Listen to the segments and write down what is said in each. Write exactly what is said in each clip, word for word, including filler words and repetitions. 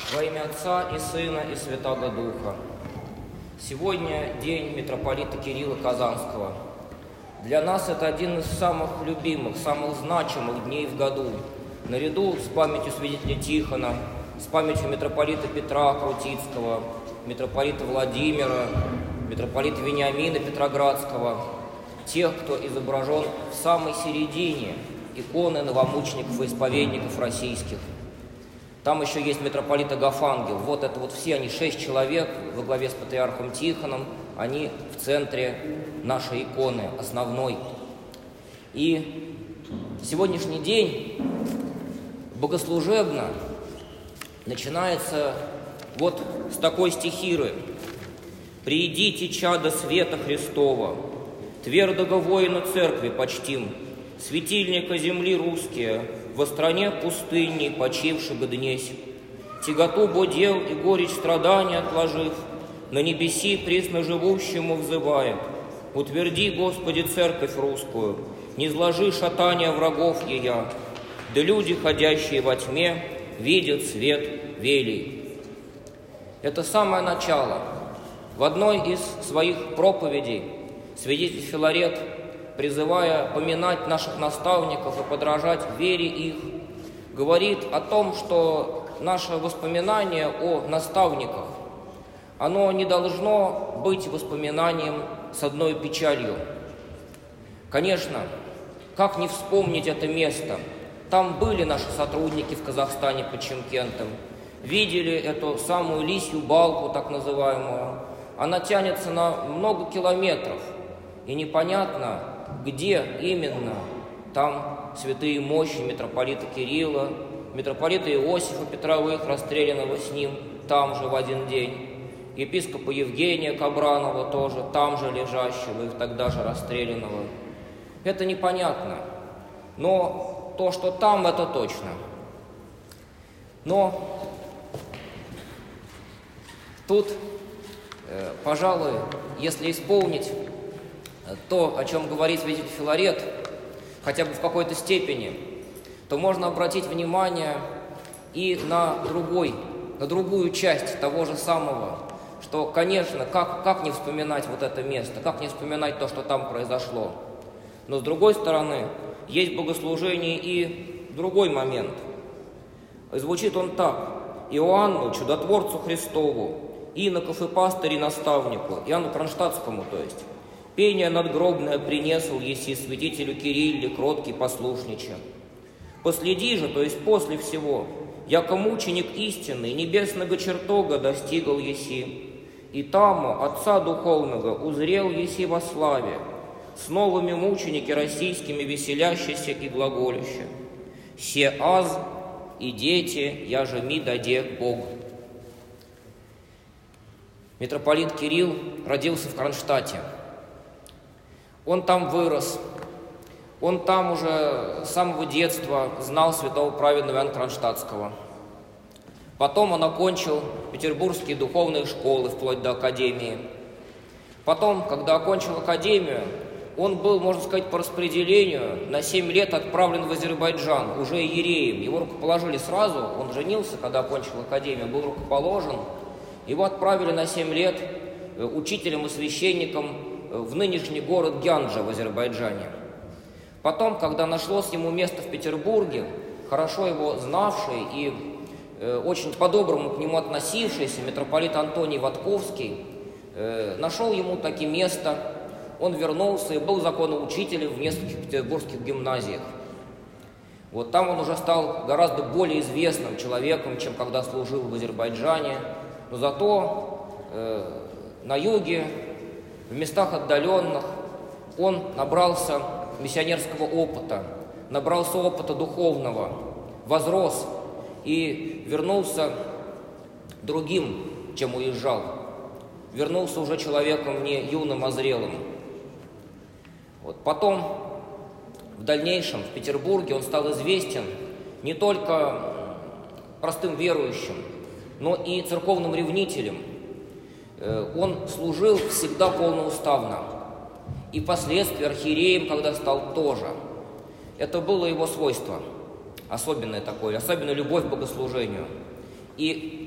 Во имя Отца и Сына и Святаго Духа. Сегодня день митрополита Кирилла Казанского. Для нас это один из самых любимых, самых значимых дней в году. Наряду с памятью святителя Тихона, с памятью митрополита Петра Крутицкого, митрополита Владимира, митрополита Вениамина Петроградского, тех, кто изображен в самой середине иконы новомучеников и исповедников российских. Там еще есть митрополит Агафангел. Вот это вот все они, шесть человек во главе с патриархом Тихоном, они в центре нашей иконы, основной. И сегодняшний день богослужебно начинается вот с такой стихиры. «Приидите, чадо света Христова, твердого воина церкви почтим, светильника земли русские, во стране пустынней почившего днесь, тяготу бодел и горечь страданий отложив, на небеси пресноживущему взывает, утверди, Господи, церковь русскую, не зложи шатания врагов ея, да люди, ходящие во тьме, видят свет велий». Это самое начало. В одной из своих проповедей святитель Филарет, призывая поминать наших наставников и подражать вере их, говорит о том, что наше воспоминание о наставниках, оно не должно быть воспоминанием с одной печалью. Конечно, как не вспомнить это место? Там были наши сотрудники в Казахстане под Чимкентом, видели эту самую лисью балку, так называемую. Она тянется на много километров, и непонятно, где именно там святые мощи митрополита Кирилла, митрополита Иосифа Петровых, расстрелянного с ним там же в один день, епископа Евгения Кабранова тоже там же лежащего, их тогда же расстрелянного. Это непонятно, но то, что там, это точно. Но тут, э, пожалуй, если исполнить то, о чем говорит святитель Филарет, хотя бы в какой-то степени, то можно обратить внимание и на другой, на другую часть того же самого, что, конечно, как, как не вспоминать вот это место, как не вспоминать то, что там произошло. Но с другой стороны, есть в богослужении и другой момент. И звучит он так: «Иоанну, чудотворцу Христову, иноков и пастырей наставнику», Иоанну Кронштадтскому, то есть, «пение надгробное принесл еси святителю Кирилле, кроткий послушниче. Последи же, то есть после всего, яко мученик истинный, небесного чертога достигал еси, и таму Отца Духовного узрел еси во славе, с новыми мученики российскими веселящиеся и глаголющие. Се аз и дети, я же ми даде Бог». Митрополит Кирилл родился в Кронштадте. Он там вырос, он там уже с самого детства знал святого праведного Иоанна Кронштадтского. Потом он окончил петербургские духовные школы, вплоть до академии. Потом, когда окончил академию, он был, можно сказать, по распределению на семь лет отправлен в Азербайджан, уже иереем. Его рукоположили сразу, он женился, когда окончил академию, был рукоположен. Его отправили на семь лет учителем и священником в нынешний город Гянджа в Азербайджане. Потом, когда нашлось ему место в Петербурге, хорошо его знавший и э, очень по-доброму к нему относившийся митрополит Антоний Ватковский э, нашел ему таки место. Он вернулся и был законоучителем в нескольких петербургских гимназиях. Вот там он уже стал гораздо более известным человеком, чем когда служил в Азербайджане. Но зато э, на юге, в местах отдаленных, он набрался миссионерского опыта, набрался опыта духовного, возрос и вернулся другим, чем уезжал. Вернулся уже человеком не юным, а зрелым. Вот. Потом, в дальнейшем, в Петербурге он стал известен не только простым верующим, но и церковным ревнителем. Он служил всегда полноуставно. И впоследствии архиереем, когда стал, тоже. Это было его свойство. особенное такое, особенно любовь к богослужению. И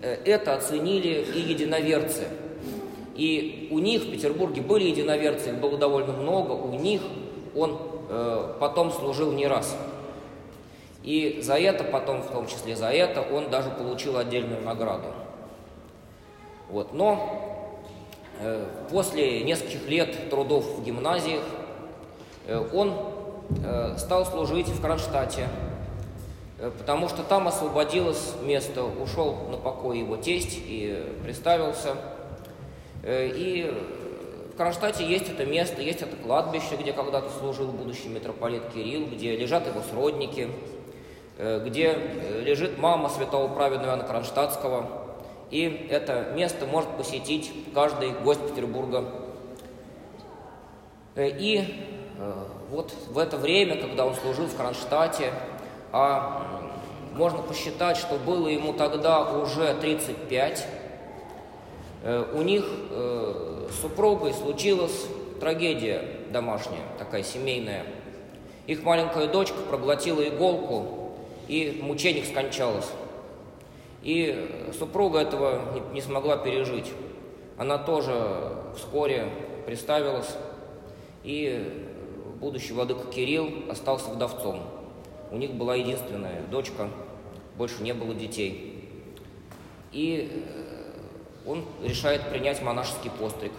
это оценили и единоверцы. И у них в Петербурге были единоверцы, их было довольно много, у них он э, потом служил не раз. И за это, потом, в том числе за это, он даже получил отдельную награду. Вот. Но э, после нескольких лет трудов в гимназиях э, он э, стал служить в Кронштадте, э, потому что там освободилось место, ушел на покой его тесть и приставился. Э, и в Кронштадте есть это место, есть это кладбище, где когда-то служил будущий митрополит Кирилл, где лежат его сродники, э, где лежит мама святого праведного Иоанна Кронштадтского. И это место может посетить каждый гость Петербурга. И вот в это время, когда он служил в Кронштадте, а можно посчитать, что было ему тогда уже тридцать пять, у них с супругой случилась трагедия домашняя, такая семейная. Их маленькая дочка проглотила иголку, и в мучениях скончалась. И супруга этого не, не смогла пережить. Она тоже вскоре приставилась, и будущий владыка Кирилл остался вдовцом. У них была единственная дочка, больше не было детей. И он решает принять монашеский постриг.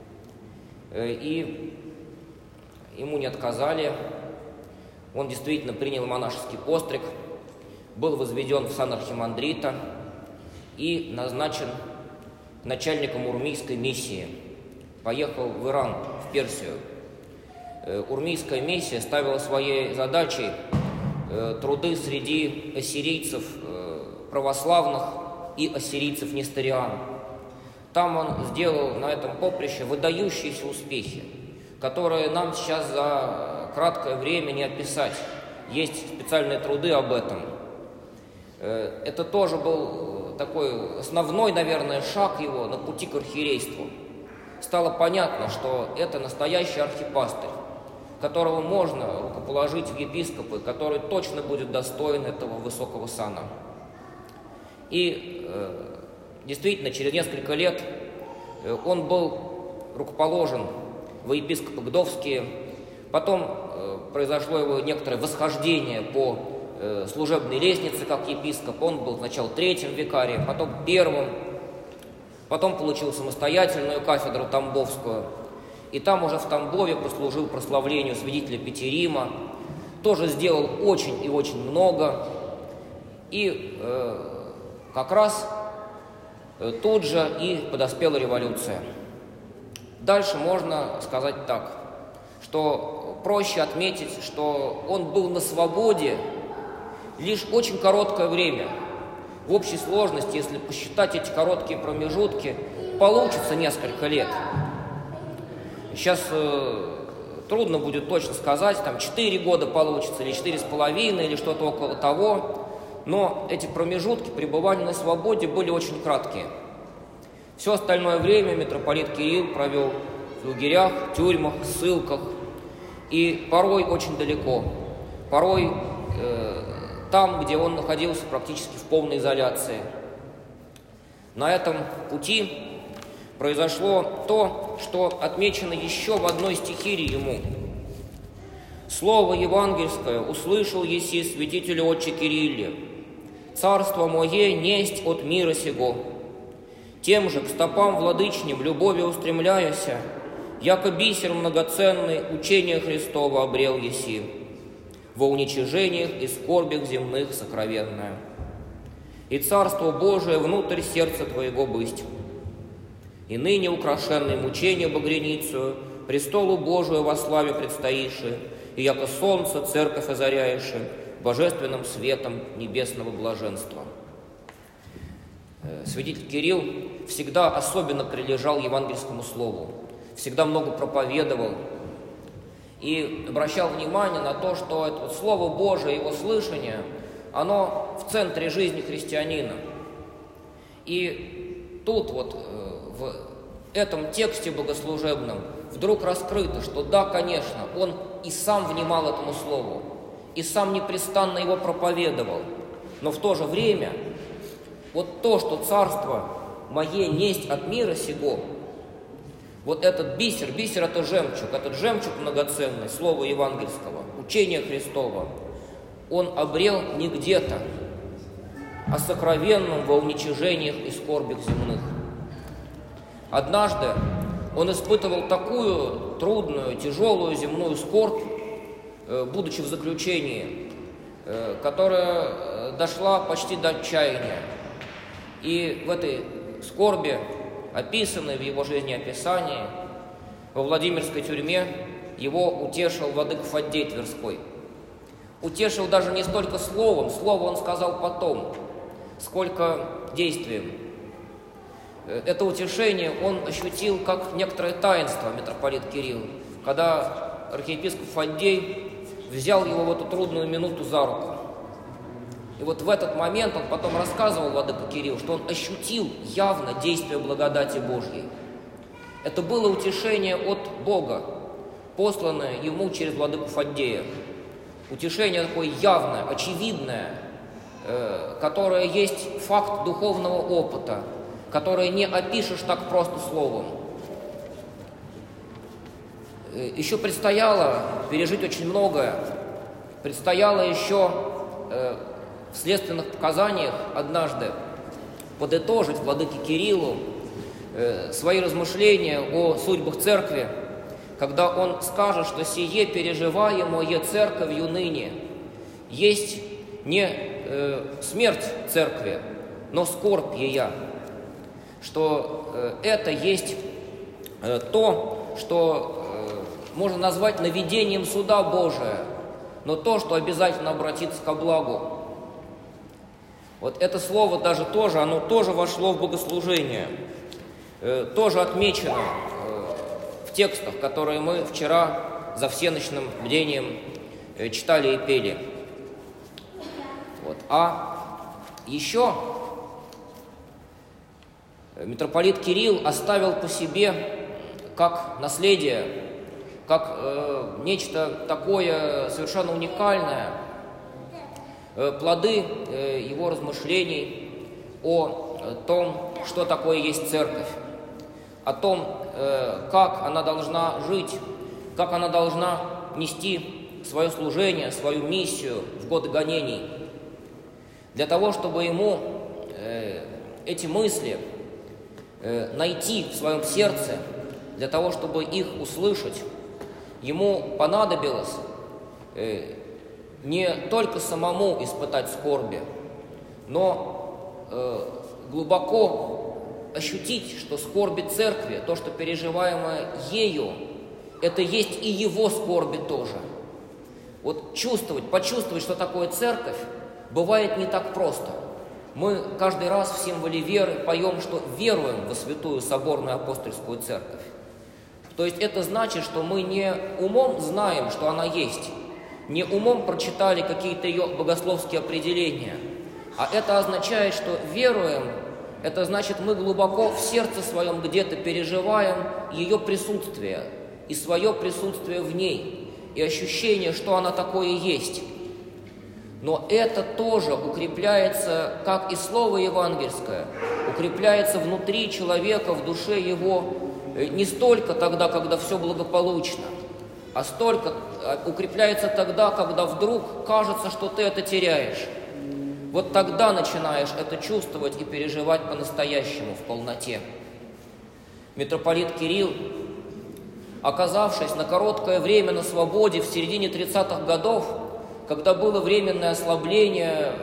И ему не отказали. Он действительно принял монашеский постриг, был возведен в сан архимандрита и назначен начальником урмийской миссии. Поехал в Иран, в Персию. Урмийская миссия ставила своей задачей труды среди ассирийцев православных и ассирийцев несториан. Там он сделал на этом поприще выдающиеся успехи, которые нам сейчас за краткое время не описать. Есть специальные труды об этом. Это тоже был такой основной, наверное, шаг его на пути к архиерейству. Стало понятно, что это настоящий архипастырь, которого можно рукоположить в епископы, который точно будет достоин этого высокого сана. И э, действительно, через несколько лет он был рукоположен во епископы Гдовские. Потом э, произошло его некоторое восхождение по э, служебной лестнице как епископ. Он был сначала третьим викарием, потом первым. Потом получил самостоятельную кафедру Тамбовскую. И там уже в Тамбове послужил прославлению святителя Петерима. Тоже сделал очень и очень много. И э, как раз э, тут же и подоспела революция. Дальше можно сказать так, что проще отметить, что он был на свободе лишь очень короткое время. В общей сложности, если посчитать эти короткие промежутки, получится несколько лет. Сейчас э, трудно будет точно сказать, там четыре года получится, или четыре с половиной, или что-то около того, но эти промежутки пребывания на свободе были очень краткие. Все остальное время митрополит Кирилл провел в лагерях, тюрьмах, ссылках, и порой очень далеко, порой э, там, где он находился практически в полной изоляции. На этом пути произошло то, что отмечено еще в одной стихире ему. «Слово евангельское услышал еси святителю отче Кирилле, царство мое несть от мира сего. Тем же к стопам владычним любовью устремляяся, яко бисер многоценный учение Христово обрел еси, во уничижениях и скорбях земных сокровенное. И царство Божие внутрь сердца твоего бысть. И ныне украшенный мучение багряницею, престолу Божию во славе предстоиши, и яко солнце церковь озаряеши, божественным светом небесного блаженства». Святитель Кирилл всегда особенно прилежал евангельскому слову, всегда много проповедовал и обращал внимание на то, что это вот Слово Божие, его слышание, оно в центре жизни христианина. И тут вот в этом тексте богослужебном вдруг раскрыто, что да, конечно, он и сам внимал этому слову, и сам непрестанно его проповедовал, но в то же время вот то, что царство мое несть от мира сего, вот этот бисер, бисер это жемчуг, этот жемчуг многоценный, слова евангельского, учения Христова, он обрел не где-то, а сокровенным во уничижениях и скорбях земных. Однажды он испытывал такую трудную, тяжелую земную скорбь, будучи в заключении, которая дошла почти до отчаяния. И в этой скорби, описанной в его жизнеописании, во Владимирской тюрьме его утешил владыка Фаддей Тверской. Утешил даже не столько словом, слово он сказал потом, сколько действием. Это утешение он ощутил как некоторое таинство, митрополит Кирилл, когда архиепископ Фаддей взял его в эту трудную минуту за руку. И вот в этот момент он потом рассказывал, владыка Кирилл, что он ощутил явно действие благодати Божьей. Это было утешение от Бога, посланное ему через владыку Фаддея. Утешение такое явное, очевидное, э, которое есть факт духовного опыта, которое не опишешь так просто словом. Еще предстояло пережить очень многое. Предстояло еще э, в следственных показаниях однажды подытожить владыке Кириллу э, свои размышления о судьбах церкви, когда он скажет, что сие переживаемое церковью ныне есть не э, смерть церкви, но скорбь ея, что э, это есть э, то, что э, можно назвать наведением суда Божия, но то, что обязательно обратится ко благу. Вот это слово даже тоже, оно тоже вошло в богослужение, э, тоже отмечено э, в текстах, которые мы вчера за всеночным бдением э, читали и пели. Вот. А еще митрополит Кирилл оставил по себе как наследие, как э, нечто такое совершенно уникальное, э, плоды э, его размышлений о э, том, что такое есть церковь, о том, э, как она должна жить, как она должна нести свое служение, свою миссию в годы гонений. Для того, чтобы ему э, эти мысли найти в своем сердце, для того, чтобы их услышать, ему понадобилось э, не только самому испытать скорби, но э, глубоко ощутить, что скорби церкви, то, что переживаемое ею, это есть и его скорби тоже. Вот чувствовать, почувствовать, что такое церковь, бывает не так просто. Мы каждый раз в символе веры поем, что веруем во святую соборную апостольскую церковь. То есть это значит, что мы не умом знаем, что она есть, не умом прочитали какие-то ее богословские определения, а это означает, что веруем, это значит, мы глубоко в сердце своем где-то переживаем ее присутствие и свое присутствие в ней, и ощущение, что она такое есть. Но это тоже укрепляется, как и слово евангельское, укрепляется внутри человека, в душе его, не столько тогда, когда все благополучно, а столько укрепляется тогда, когда вдруг кажется, что ты это теряешь. Вот тогда начинаешь это чувствовать и переживать по-настоящему, в полноте. Митрополит Кирилл, оказавшись на короткое время на свободе в середине тридцатых годов, когда было временное ослабление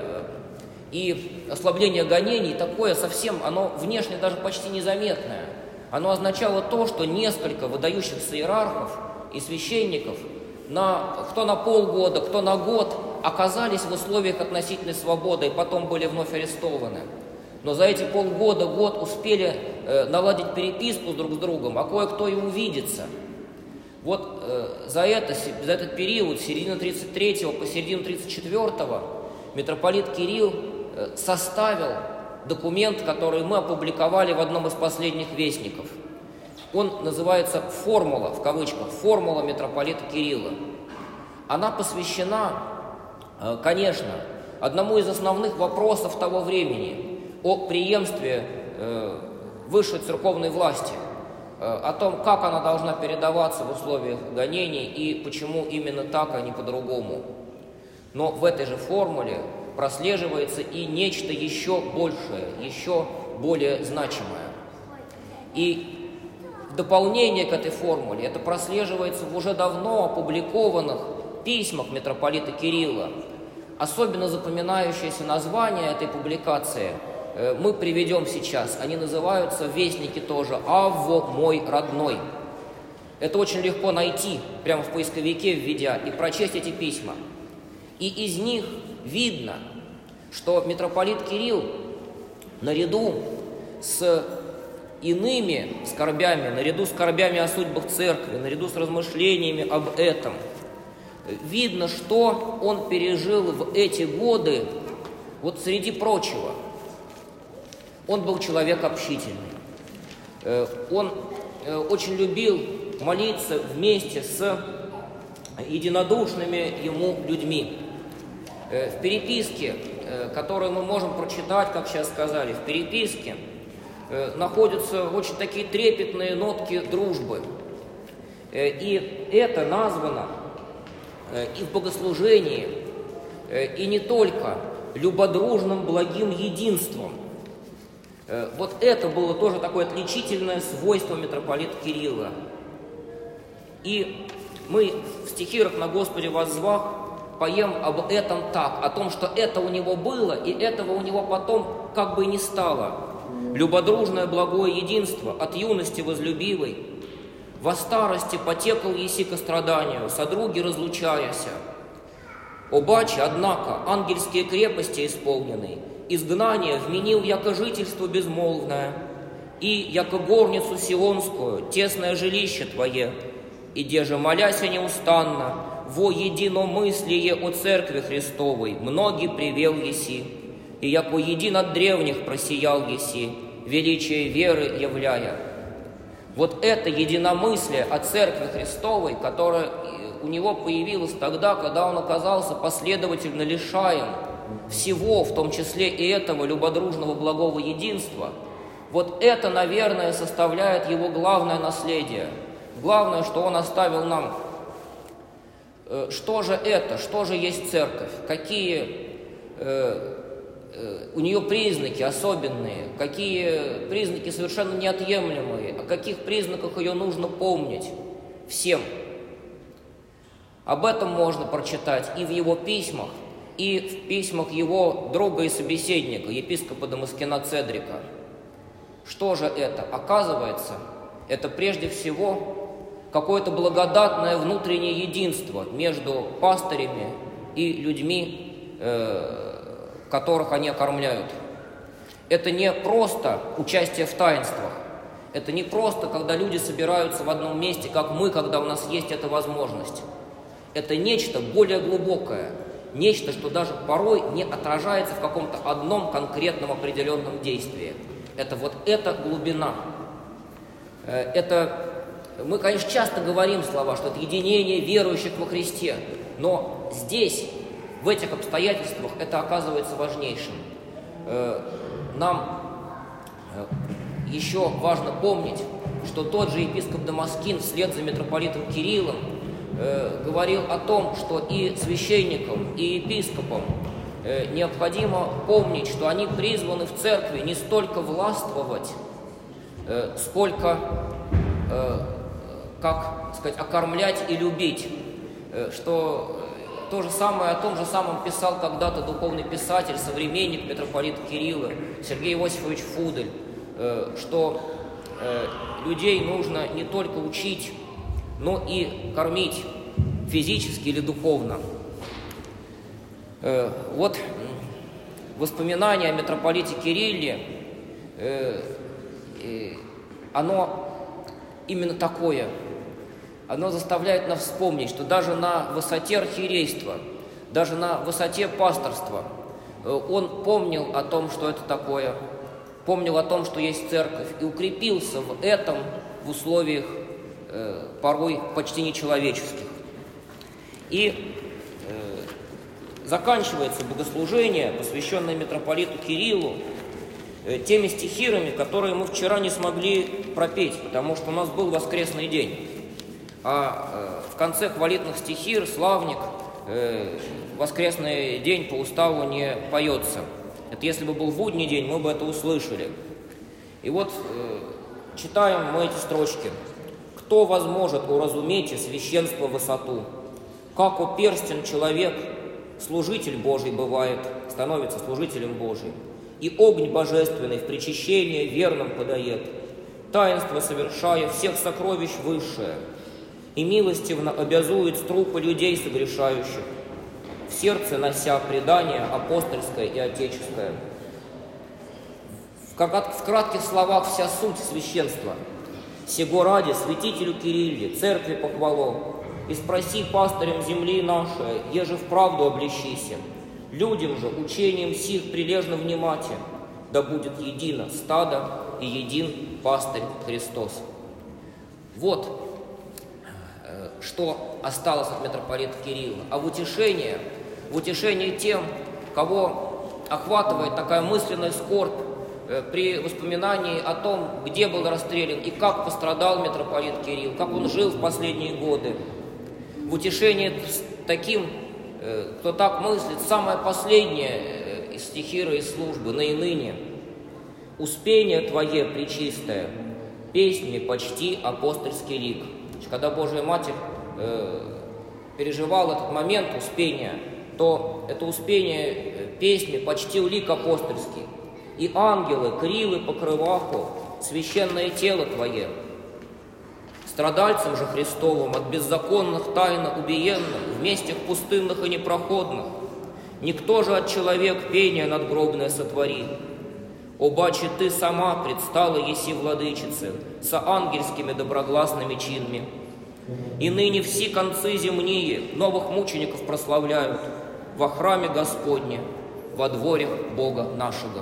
и ослабление гонений, такое совсем, оно внешне даже почти незаметное. Оно означало то, что несколько выдающихся иерархов и священников, на, кто на полгода, кто на год, оказались в условиях относительной свободы и потом были вновь арестованы. Но за эти полгода, год успели э, наладить переписку друг с другом, а кое-кто и увидеться. Вот э, за, это, за этот период, с середины тридцать третьего по середину тридцать четвёртого, митрополит Кирилл э, составил документ, который мы опубликовали в одном из последних вестников. Он называется «Формула», в кавычках, «Формула митрополита Кирилла». Она посвящена, э, конечно, одному из основных вопросов того времени. о преемстве э, высшей церковной власти, э, о том, как она должна передаваться в условиях гонений и почему именно так, а не по-другому. Но в этой же формуле прослеживается и нечто еще большее, еще более значимое. И в дополнение к этой формуле это прослеживается в уже давно опубликованных письмах митрополита Кирилла. Особенно запоминающееся название этой публикации э, мы приведем сейчас. Они называются «Вестники» тоже «Авво мой родной». Это очень легко найти прямо в поисковике, введя, и прочесть эти письма. И из них видно, что митрополит Кирилл наряду с иными скорбями, наряду с скорбями о судьбах церкви, наряду с размышлениями об этом, видно, что он пережил в эти годы, вот среди прочего. Он был человек общительный. Он очень любил молиться вместе с единодушными ему людьми. В переписке, которую мы можем прочитать, как сейчас сказали, в переписке находятся очень такие трепетные нотки дружбы. И это названо и в богослужении, и не только любодружным благим единством. Вот это было тоже такое отличительное свойство митрополита Кирилла. И мы в стихирах «На Господе воззвах» поем об этом так, о том, что это у него было, и этого у него потом как бы не стало. Любодружное благое единство, от юности возлюбивой, во старости потекал еси ко страданию, содруги разлучаяся. Обаче, однако, ангельские крепости исполнены, изгнание вменил яко жительство безмолвное, и яко горницу сионскую, тесное жилище твое, и деже моляся неустанно, во единомыслие о Церкви Христовой, многие привел еси, и яко един от древних просиял еси, величие веры являя. Вот это единомыслие о Церкви Христовой, которое у него появилось тогда, когда он оказался последовательно лишаем всего, в том числе и этого любодружного благого единства, вот это, наверное, составляет его главное наследие. Главное, что он оставил нам. Что же это? Что же есть церковь? Какие э, э, у нее признаки особенные? Какие признаки совершенно неотъемлемые? О каких признаках ее нужно помнить всем? Об этом можно прочитать и в его письмах, и в письмах его друга и собеседника, епископа Дамаскина Цедрика. Что же это? Оказывается, это прежде всего какое-то благодатное внутреннее единство между пастырями и людьми, э, которых они окормляют. Это не просто участие в таинствах, это не просто, когда люди собираются в одном месте, как мы, когда у нас есть эта возможность. Это нечто более глубокое, нечто, что даже порой не отражается в каком-то одном конкретном определенном действии. Это вот эта глубина. Это, мы, конечно, часто говорим слова, что это единение верующих во Христе, но здесь, в этих обстоятельствах, это оказывается важнейшим. Нам еще важно помнить, что тот же епископ Дамаскин вслед за митрополитом Кириллом э, говорил о том, что и священникам, и епископам э, необходимо помнить, что они призваны в церкви не столько властвовать, э, сколько, э, как сказать, окормлять и любить, э, что то же самое, о том же самом писал когда-то духовный писатель, современник митрополита Кирилла Сергей Иосифович Фудель, э, что э, людей нужно не только учить, но и кормить физически или духовно. Э, вот воспоминание о митрополите Кирилле, э, э, оно именно такое. Оно заставляет нас вспомнить, что даже на высоте архиерейства, даже на высоте пасторства он помнил о том, что это такое, помнил о том, что есть церковь, и укрепился в этом в условиях э, порой почти нечеловеческих. И э, заканчивается богослужение, посвященное митрополиту Кириллу, теми стихирами, которые мы вчера не смогли пропеть, потому что у нас был воскресный день. А в конце хвалительных стихир славник воскресный день по уставу не поется. Это если бы был будний день, мы бы это услышали. И вот читаем мы эти строчки. «Кто возможет уразуметь и священство высоту? Как уперстен человек, служитель Божий бывает, становится служителем Божиим, и огонь божественный в причащение верным подает, таинство совершая всех сокровищ высшее, и милостивно обязует струпы людей согрешающих, в сердце нося предание апостольское и отеческое». В кратких словах вся суть священства. «Сего ради святителю Кирилле, церкви похвало, и спроси пастырем земли нашей, еже вправду облещися, людям же учением сих прилежно внимати, да будет едино стадо и един пастырь Христос». Вот что осталось от митрополита Кирилла. А в утешение, в утешение тем, кого охватывает такая мысленная скорбь при воспоминании о том, где был расстрелян и как пострадал митрополит Кирилл, как он жил в последние годы. В утешение таким, кто так мыслит, самое последнее из стихиры и службы, наиныне. «Успение Твое, пречистое, песни почти апостольский лик». Когда Божия Матерь э, переживала этот момент успения, то это успение песни почтил лик апостольский. «И ангелы, крилы покрываху, священное тело Твое. Страдальцам же Христовым от беззаконных тайно убиенным, в местях пустынных и непроходных, никто же от человек пение надгробное сотвори. Обаче Ты сама предстала еси владычице, со ангельскими доброгласными чинами. И ныне все концы земные новых мучеников прославляют во храме Господне, во дворях Бога нашего».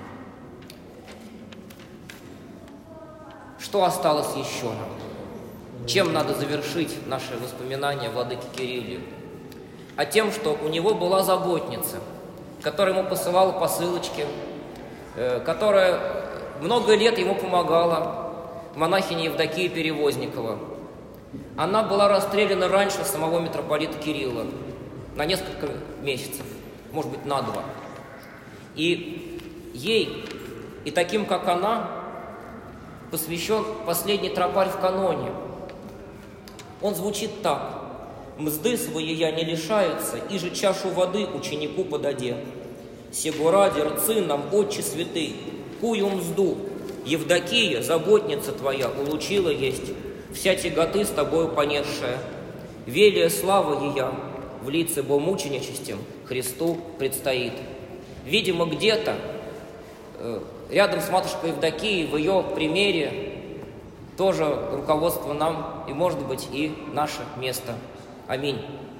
Что осталось еще нам? Чем надо завершить наши воспоминания о владыке Кирилле? А тем, что у него была заботница, которая ему посылала посылочки, которая много лет ему помогала, монахиня Евдокия Перевозникова. Она была расстреляна раньше самого митрополита Кирилла, на несколько месяцев, может быть, на два. И ей, и таким, как она, посвящен последний тропарь в каноне. Он звучит так: «Мзды своей не лишается, и же чашу воды ученику подаде. Сего ради рцы нам, Отче святый, кую мзду, Евдокия, заботница твоя, улучила есть, вся тяготы с тобою понесшая. Велия слава ея в лице бо мученичестем Христу предстоит». Видимо, где-то э, рядом с матушкой Евдокией, в ее примере, тоже руководство нам и, может быть, и наше место. Аминь.